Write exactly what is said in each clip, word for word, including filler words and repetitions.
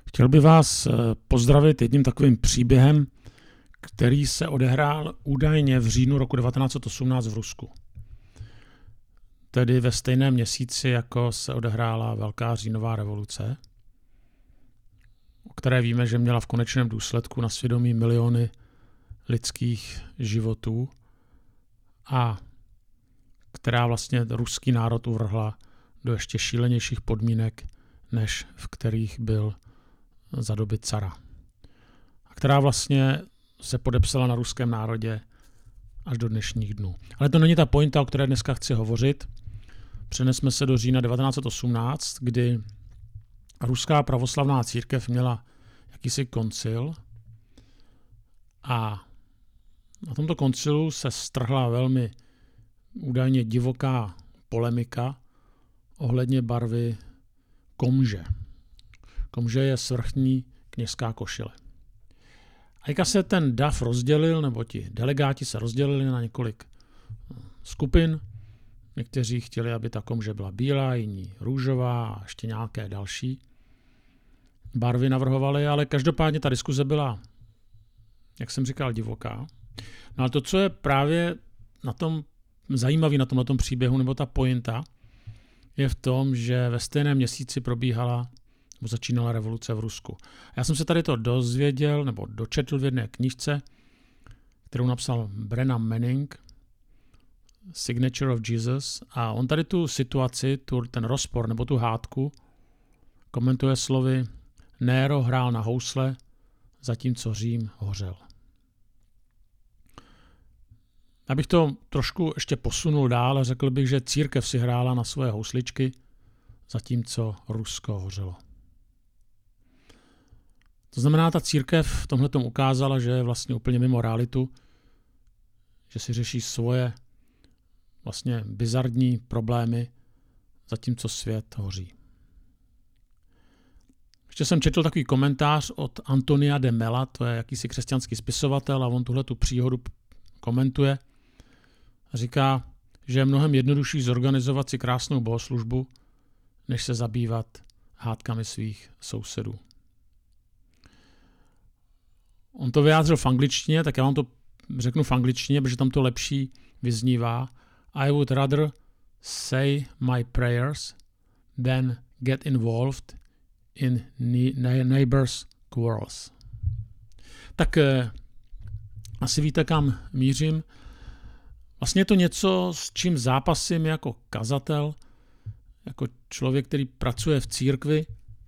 Chtěl bych vás pozdravit jedním takovým příběhem, který se odehrál údajně v říjnu roku devatenáct set osmnáct v Rusku. Tedy ve stejném měsíci, jako se odehrála Velká říjnová revoluce, o které víme, že měla v konečném důsledku na svědomí miliony lidských životů a která vlastně ruský národ uvrhla do ještě šílenějších podmínek, než v kterých byl za doby cara. A která vlastně se podepsala na ruském národě až do dnešních dnů. Ale to není ta pointa, o které dneska chci hovořit. Přenesme se do října devatenáct set osmnáct, kdy ruská pravoslavná církev měla jakýsi koncil a na tomto koncilu se strhla velmi údajně divoká polemika ohledně barvy komže. Komže je svrchní kněžská košile. A jak se ten dav rozdělil, nebo ti delegáti se rozdělili na několik skupin. Někteří chtěli, aby ta komže byla bílá, jiní růžová a ještě nějaké další barvy navrhovali, ale každopádně ta diskuze byla, jak jsem říkal, divoká. No ale to, co je právě na tom zajímavé na tomhle příběhu, nebo ta pointa, je v tom, že ve stejném měsíci probíhala nebo začínala revoluce v Rusku. Já jsem se tady to dozvěděl, nebo dočetl v jedné knížce, kterou napsal Brennan Manning, Signature of Jesus, a on tady tu situaci, tu, ten rozpor nebo tu hádku komentuje slovy: Nero hrál na housle, zatímco Řím hořel. Abych to trošku ještě posunul dál a řekl bych, že církev si hrála na svoje housličky, zatímco Rusko hořelo. To znamená, ta církev v tomhletom ukázala, že je vlastně úplně mimo realitu, že si řeší svoje vlastně bizarní problémy, zatímco svět hoří. Ještě jsem četl takový komentář od Antonia de Mela, to je jakýsi křesťanský spisovatel, a on tuhletu příhodu komentuje. Říká, že je mnohem jednodušší zorganizovat si krásnou bohoslužbu, než se zabývat hádkami svých sousedů. On to vyjádřil v angličtině, tak já vám to řeknu v angličtině, protože tam to lepší vyznívá. I would rather say my prayers than get involved in neighbors' quarrels. Tak eh, asi víte, kam mířím. Vlastně je to něco, s čím zápasím jako kazatel, jako člověk, který pracuje v církvi.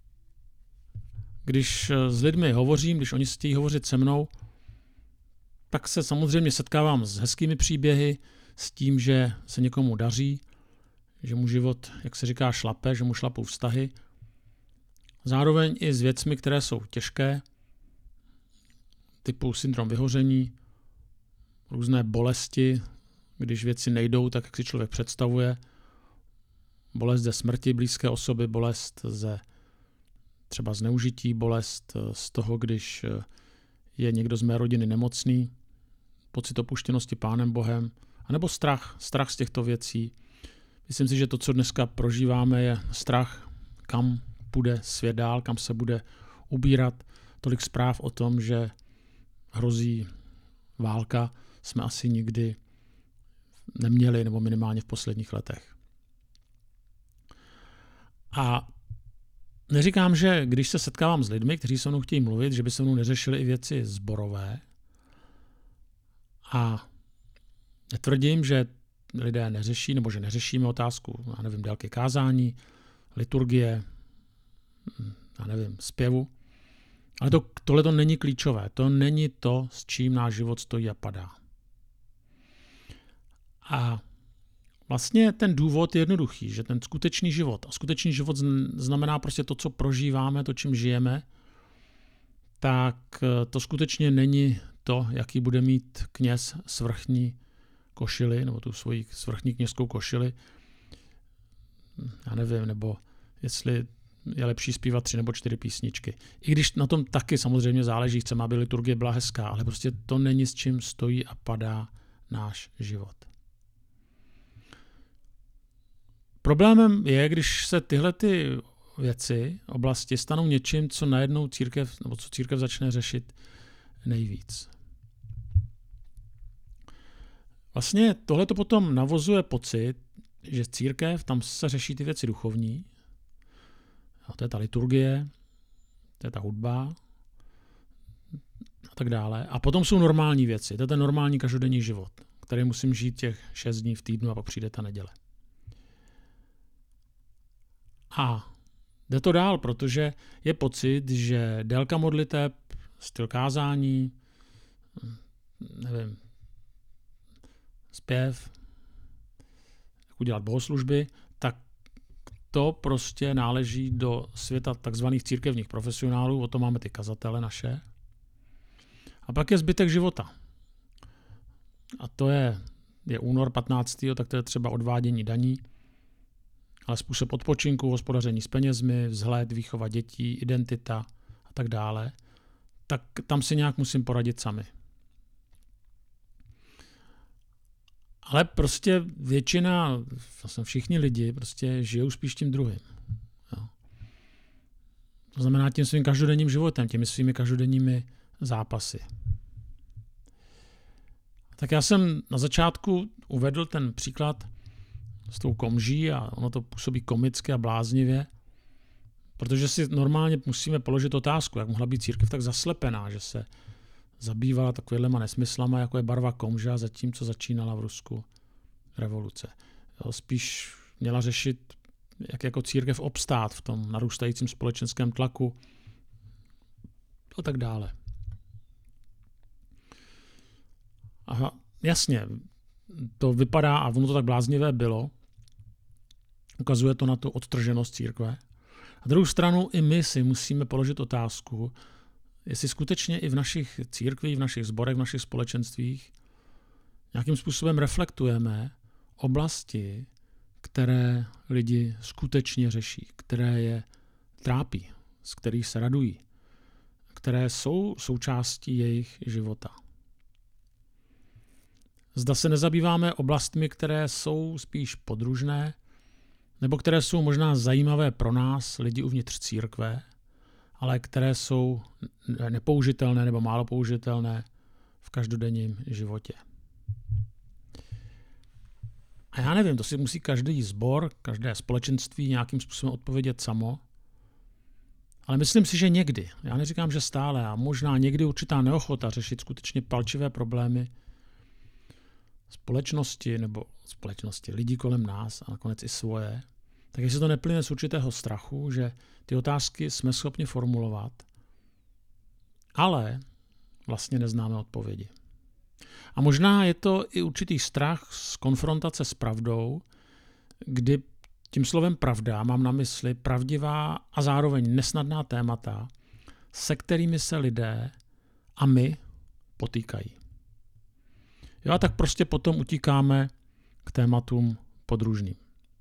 Když s lidmi hovořím, když oni chtějí hovořit se mnou, tak se samozřejmě setkávám s hezkými příběhy, s tím, že se někomu daří, že mu život, jak se říká, šlape, že mu šlapou vztahy. Zároveň i s věcmi, které jsou těžké, typu syndrom vyhoření, různé bolesti, když věci nejdou tak, jak si člověk představuje, bolest ze smrti blízké osoby, bolest ze třeba zneužití, bolest z toho, když je někdo z mé rodiny nemocný, pocit opuštěnosti Pánem Bohem, anebo strach, strach z těchto věcí. Myslím si, že to, co dneska prožíváme, je strach, kam půjde svět dál, kam se bude ubírat. Tolik zpráv o tom, že hrozí válka, jsme asi nikdy neměli, nebo minimálně v posledních letech. A neříkám, že když se setkávám s lidmi, kteří se mnou chtějí mluvit, že by se mnou neřešili i věci zborové. A netvrdím, že lidé neřeší, nebo že neřešíme otázku, já nevím, délky kázání, liturgie, já nevím, zpěvu. Ale to, tohle to není klíčové. To není to, s čím náš život stojí a padá. A vlastně ten důvod je jednoduchý, že ten skutečný život, a skutečný život znamená prostě to, co prožíváme, to, čím žijeme, tak to skutečně není to, jaký bude mít kněz svrchní košili, nebo tu svoji svrchní kněžskou košili. Já nevím, nebo jestli je lepší zpívat tři nebo čtyři písničky. I když na tom taky samozřejmě záleží, chceme, aby liturgie byla hezká, ale prostě to není, s čím stojí a padá náš život. Problémem je, když se tyhle ty věci, oblasti stanou něčím, co najednou církev, nebo co církev začne řešit nejvíc. Vlastně tohle to potom navozuje pocit, že církev, tam se řeší ty věci duchovní, a to je ta liturgie, to je ta hudba a tak dále. A potom jsou normální věci, to je ten normální každodenní život, který musím žít těch šest dní v týdnu a pak přijde ta neděle. A jde to dál, protože je pocit, že délka modliteb, styl kázání, nevím, zpěv, jak udělat bohoslužby, tak to prostě náleží do světa takzvaných církevních profesionálů, o tom máme ty kazatele naše. A pak je zbytek života. A to je, je únor patnáctého tak to je třeba odvádění daní, ale způsob odpočinku, hospodaření s penězmi, vzhled, výchova dětí, identita a tak dále, tak tam si nějak musím poradit sami. Ale prostě většina, vlastně všichni lidi prostě žijou spíš tím druhým. Jo. To znamená tím svým každodenním životem, těmi svými každodenními zápasy. Tak já jsem na začátku uvedl ten příklad s tou komží a ono to působí komicky a bláznivě, protože si normálně musíme položit otázku, jak mohla být církev tak zaslepená, že se zabývala takovýhlema nesmyslama, jako je barva komža, zatímco začínala v Rusku revoluce. Jo, spíš měla řešit, jak jako církev obstát v tom narůstajícím společenském tlaku a tak dále. Aha, jasně, to vypadá, a ono to tak bláznivé bylo, ukazuje to na tu odtrženost církve. A druhou stranu i my si musíme položit otázku, jestli skutečně i v našich církvích, v našich sborech, v našich společenstvích nějakým způsobem reflektujeme oblasti, které lidi skutečně řeší, které je trápí, z kterých se radují, které jsou součástí jejich života. Zda se nezabýváme oblastmi, které jsou spíš podružné, nebo které jsou možná zajímavé pro nás, lidi uvnitř církve, ale které jsou nepoužitelné nebo málo použitelné v každodenním životě. A já nevím, to si musí každý sbor, každé společenství nějakým způsobem odpovědět samo, ale myslím si, že někdy, já neříkám, že stále, a možná někdy určitá neochota řešit skutečně palčivé problémy společnosti nebo společnosti lidí kolem nás a nakonec i svoje, tak jestli to neplyne z určitého strachu, že ty otázky jsme schopni formulovat, ale vlastně neznáme odpovědi. A možná je to i určitý strach z konfrontace s pravdou, kdy tím slovem pravda mám na mysli pravdivá a zároveň nesnadná témata, se kterými se lidé a my potýkají. Jo, a tak prostě potom utíkáme k tématům podružným.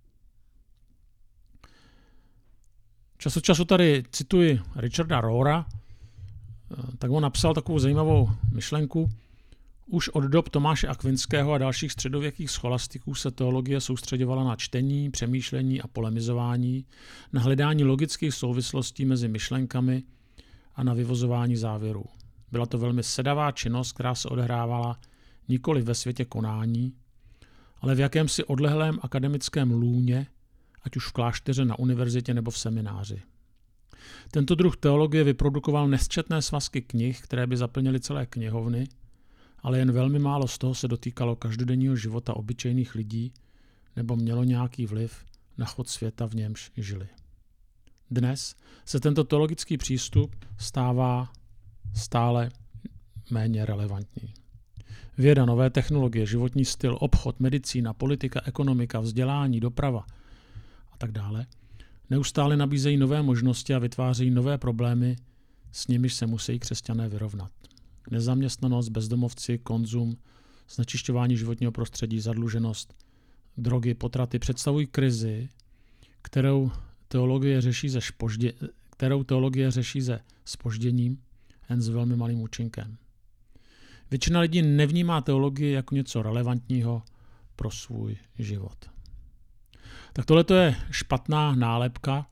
Čas od času tady cituji Richarda Rohra, tak on napsal takovou zajímavou myšlenku. Už od dob Tomáše Akvinského a dalších středověkých scholastiků se teologie soustředovala na čtení, přemýšlení a polemizování, na hledání logických souvislostí mezi myšlenkami a na vyvozování závěrů. Byla to velmi sedavá činnost, která se odehrávala nikoli ve světě konání, ale v jakémsi odlehlém akademickém lůně, ať už v klášteře, na univerzitě nebo v semináři. Tento druh teologie vyprodukoval nesčetné svazky knih, které by zaplnily celé knihovny, ale jen velmi málo z toho se dotýkalo každodenního života obyčejných lidí nebo mělo nějaký vliv na chod světa, v němž žili. Dnes se tento teologický přístup stává stále méně relevantní. Věda, nové technologie, životní styl, obchod, medicína, politika, ekonomika, vzdělání, doprava a tak dále neustále nabízejí nové možnosti a vytvářejí nové problémy, s nimiž se musí křesťané vyrovnat. Nezaměstnanost, bezdomovci, konzum, znečišťování životního prostředí, zadluženost, drogy, potraty představují krizi, kterou teologie řeší se špoždě, kterou teologie řeší se zpožděním, jen s velmi malým účinkem. Většina lidí nevnímá teologii jako něco relevantního pro svůj život. Tak tohle je špatná nálepka,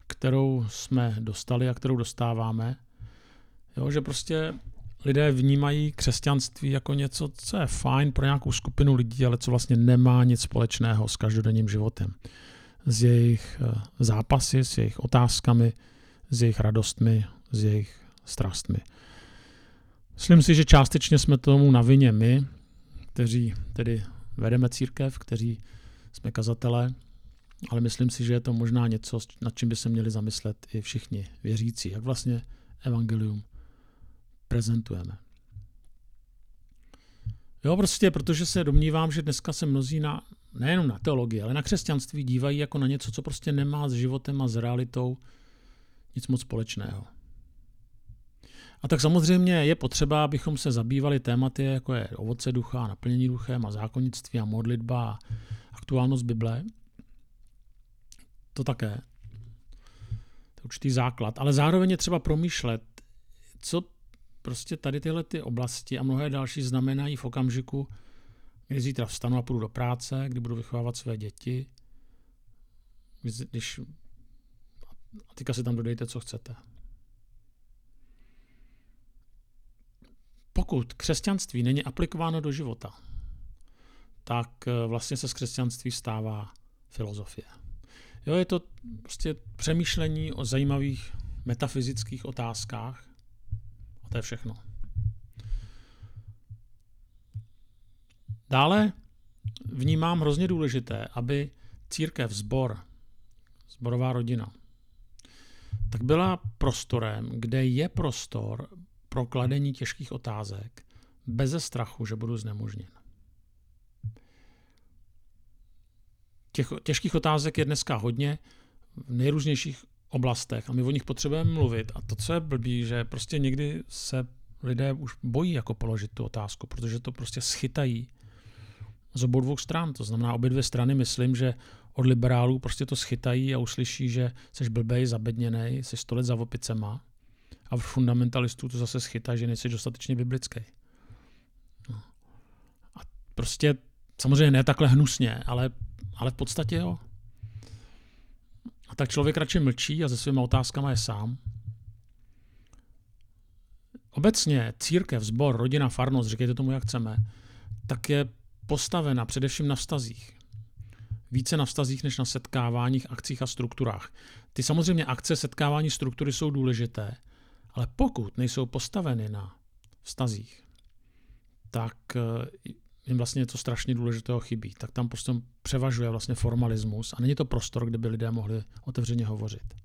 kterou jsme dostali a kterou dostáváme, jo, že prostě lidé vnímají křesťanství jako něco, co je fajn pro nějakou skupinu lidí, ale co vlastně nemá nic společného s každodenním životem. S jejich zápasy, s jejich otázkami, s jejich radostmi, s jejich strastmi. Myslím si, že částečně jsme tomu na vině my, kteří tedy vedeme církev, kteří jsme kazatelé, ale myslím si, že je to možná něco, nad čím by se měli zamyslet i všichni věřící, jak vlastně evangelium prezentujeme. Jo, prostě, protože se domnívám, že dneska se mnozí na, nejenom na teologii, ale na křesťanství dívají jako na něco, co prostě nemá s životem a s realitou nic moc společného. A tak samozřejmě je potřeba, abychom se zabývali tématy, jako je ovoce ducha, naplnění duchem a zákonnictví a modlitba a aktuálnost Bible. To také. To je určitý základ. Ale zároveň je třeba promýšlet, co prostě tady tyhle ty oblasti a mnohé další znamenají v okamžiku, kdy zítra vstanu a půjdu do práce, kdy budu vychovávat své děti, když a teďka si tam dodejte, co chcete. Pokud křesťanství není aplikováno do života, tak vlastně se z křesťanství stává filozofie. Jo, je to prostě přemýšlení o zajímavých metafyzických otázkách a to je všechno. Dále vnímám hrozně důležité, aby církev, sbor, sborová rodina, tak byla prostorem, kde je prostor pro kladení těžkých otázek, beze strachu, že budu znemožněn. Těch těžkých otázek je dneska hodně v nejrůznějších oblastech a my o nich potřebujeme mluvit. A to, co je blbý, že prostě někdy se lidé už bojí jako položit tu otázku, protože to prostě schytají z obou dvou stran. To znamená, obě dvě strany, myslím, že od liberálů prostě to schytají a uslyší, že jsi blbej, zabedněnej, jsi sto let za opicema. A v fundamentalistů to zase schytá, že nejsi dostatečně biblický. No. A prostě samozřejmě ne takhle hnusně, ale, ale v podstatě jo. A tak člověk radši mlčí a se svýma otázkama je sám. Obecně církev, sbor, rodina, farnost, říkejte tomu, jak chceme, tak je postavena především na vztazích. Více na vztazích než na setkáváních, akcích a strukturách. Ty samozřejmě akce, setkávání, struktury jsou důležité, ale pokud nejsou postaveny na vztazích, tak jim vlastně něco strašně důležitého chybí. Tak tam prostě převažuje vlastně formalismus a není to prostor, kde by lidé mohli otevřeně hovořit.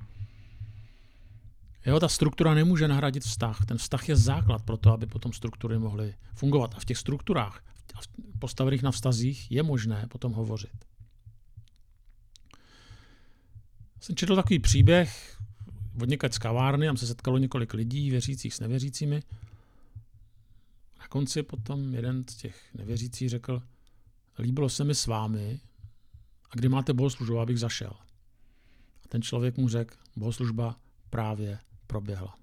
Jo, ta struktura nemůže nahradit vztah. Ten vztah je základ pro to, aby potom struktury mohly fungovat. A v těch strukturách, postavených na vztazích, je možné potom hovořit. Jsem četl takový příběh od někač z kavárny, tam se setkalo několik lidí, věřících s nevěřícími. Na konci potom jeden z těch nevěřících řekl, líbilo se mi s vámi, a kdy máte bohoslužbu, abych zašel. A ten člověk mu řekl, bohoslužba právě proběhla.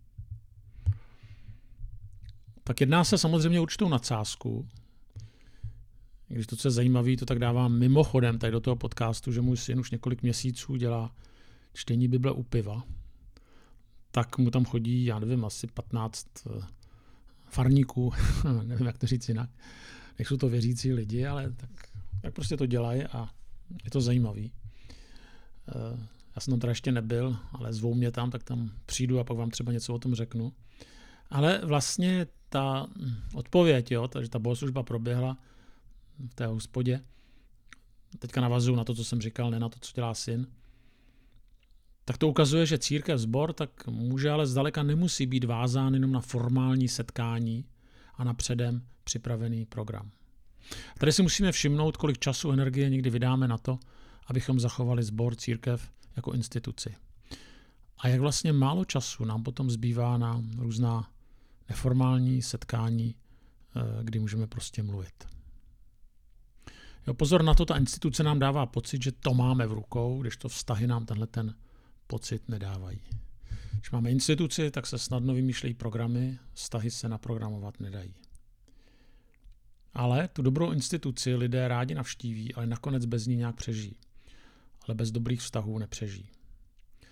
Tak jedná se samozřejmě o určitou nadsázku. Když to, co je zajímavé, to tak dávám mimochodem tady do toho podcastu, že můj syn už několik měsíců dělá čtení Bible u piva, tak mu tam chodí, já nevím, asi patnáct farníků, nevím, jak to říct jinak. Nejsou to věřící lidi, ale tak, tak prostě to dělají a je to zajímavý. Já jsem tam teda ještě nebyl, ale zvou mě tam, tak tam přijdu a pak vám třeba něco o tom řeknu. Ale vlastně ta odpověď, jo, že ta bohoslužba proběhla v té hospodě, teďka navazuju na to, co jsem říkal, ne na to, co dělá syn, tak to ukazuje, že církev, sbor, tak může, ale zdaleka nemusí být vázán jenom na formální setkání a na předem připravený program. Tady si musíme všimnout, kolik času, energie někdy vydáme na to, abychom zachovali sbor, církev jako instituci. A jak vlastně málo času nám potom zbývá na různá neformální setkání, kdy můžeme prostě mluvit. Jo, pozor na to, ta instituce nám dává pocit, že to máme v rukou, když to vztahy nám tenhle ten pocit nedávají. Když máme instituci, tak se snadno vymýšlejí programy, vztahy se naprogramovat nedají. Ale tu dobrou instituci lidé rádi navštíví, ale nakonec bez ní nějak přežijí. Ale bez dobrých vztahů nepřežijí.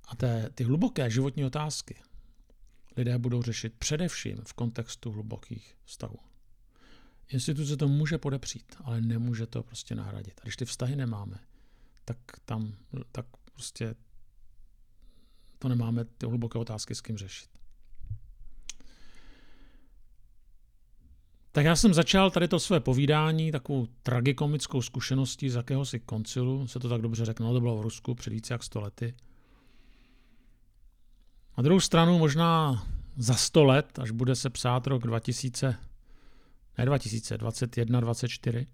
A té, ty hluboké životní otázky lidé budou řešit především v kontextu hlubokých vztahů. Instituce to může podepřít, ale nemůže to prostě nahradit. A když ty vztahy nemáme, tak tam tak prostě to nemáme ty hluboké otázky s kým řešit. Tak já jsem začal tady to své povídání takovou tragikomickou zkušeností z jakéhosi koncilu, se to tak dobře řekne, to bylo v Rusku před více jak sto lety. Na druhou stranu možná za sto let, až bude se psát rok dva tisíce, ne dva tisíce, dvacet jedna, dvacet čtyři,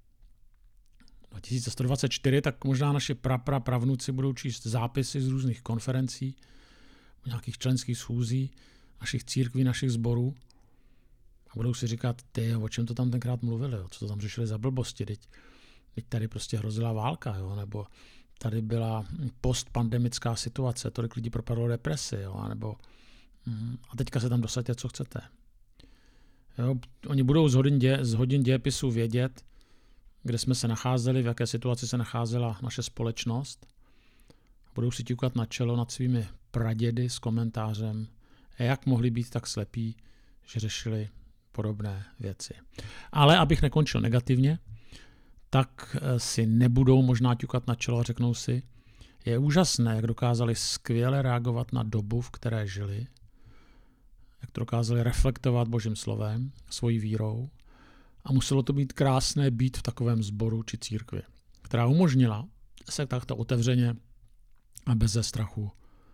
dva tisíce sto dvacet čtyři, tak možná naši pra, pra, pravnuci budou číst zápisy z různých konferencí, nějakých členských schůzí, našich církví, našich sborů a budou si říkat, ty, o čem to tam tenkrát mluvili, jo? Co to tam řešili za blbosti, teď, teď tady prostě hrozila válka, jo? Nebo tady byla postpandemická situace, tolik lidí propadlo depresi, jo? Nebo, mm, a teďka se tam dosaďte, co chcete. Jo? Oni budou z hodin, dě, z hodin dějepisu vědět, kde jsme se nacházeli, v jaké situaci se nacházela naše společnost. Budou si ťukat na čelo nad svými pradědy s komentářem, jak mohli být tak slepí, že řešili podobné věci. Ale abych nekončil negativně, tak si nebudou možná ťukat na čelo a řeknou si, je úžasné, jak dokázali skvěle reagovat na dobu, v které žili, jak to dokázali reflektovat Božím slovem, svojí vírou. A muselo to být krásné být v takovém sboru či církvi, která umožnila se takto otevřeně a beze strachu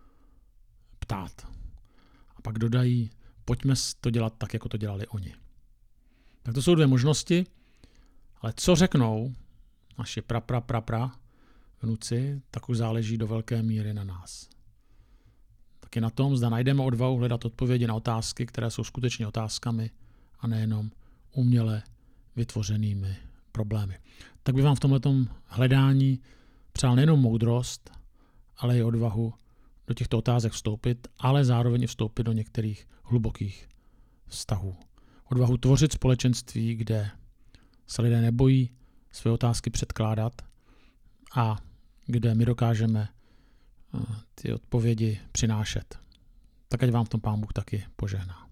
ptát. A pak dodají, pojďme to dělat tak, jako to dělali oni. Tak to jsou dvě možnosti, ale co řeknou naši pra, pra, pra, pra vnuci, tak už záleží do velké míry na nás. Taky na tom, zda najdeme odvahu hledat odpovědi na otázky, které jsou skutečně otázkami a nejenom uměle vytvořenými problémy. Tak bych vám v tomhletom hledání přál nejenom moudrost, ale i odvahu do těchto otázek vstoupit, ale zároveň i vstoupit do některých hlubokých vztahů. Odvahu tvořit společenství, kde se lidé nebojí své otázky předkládat a kde my dokážeme ty odpovědi přinášet. Tak ať vám v tom Pán Bůh taky požehná.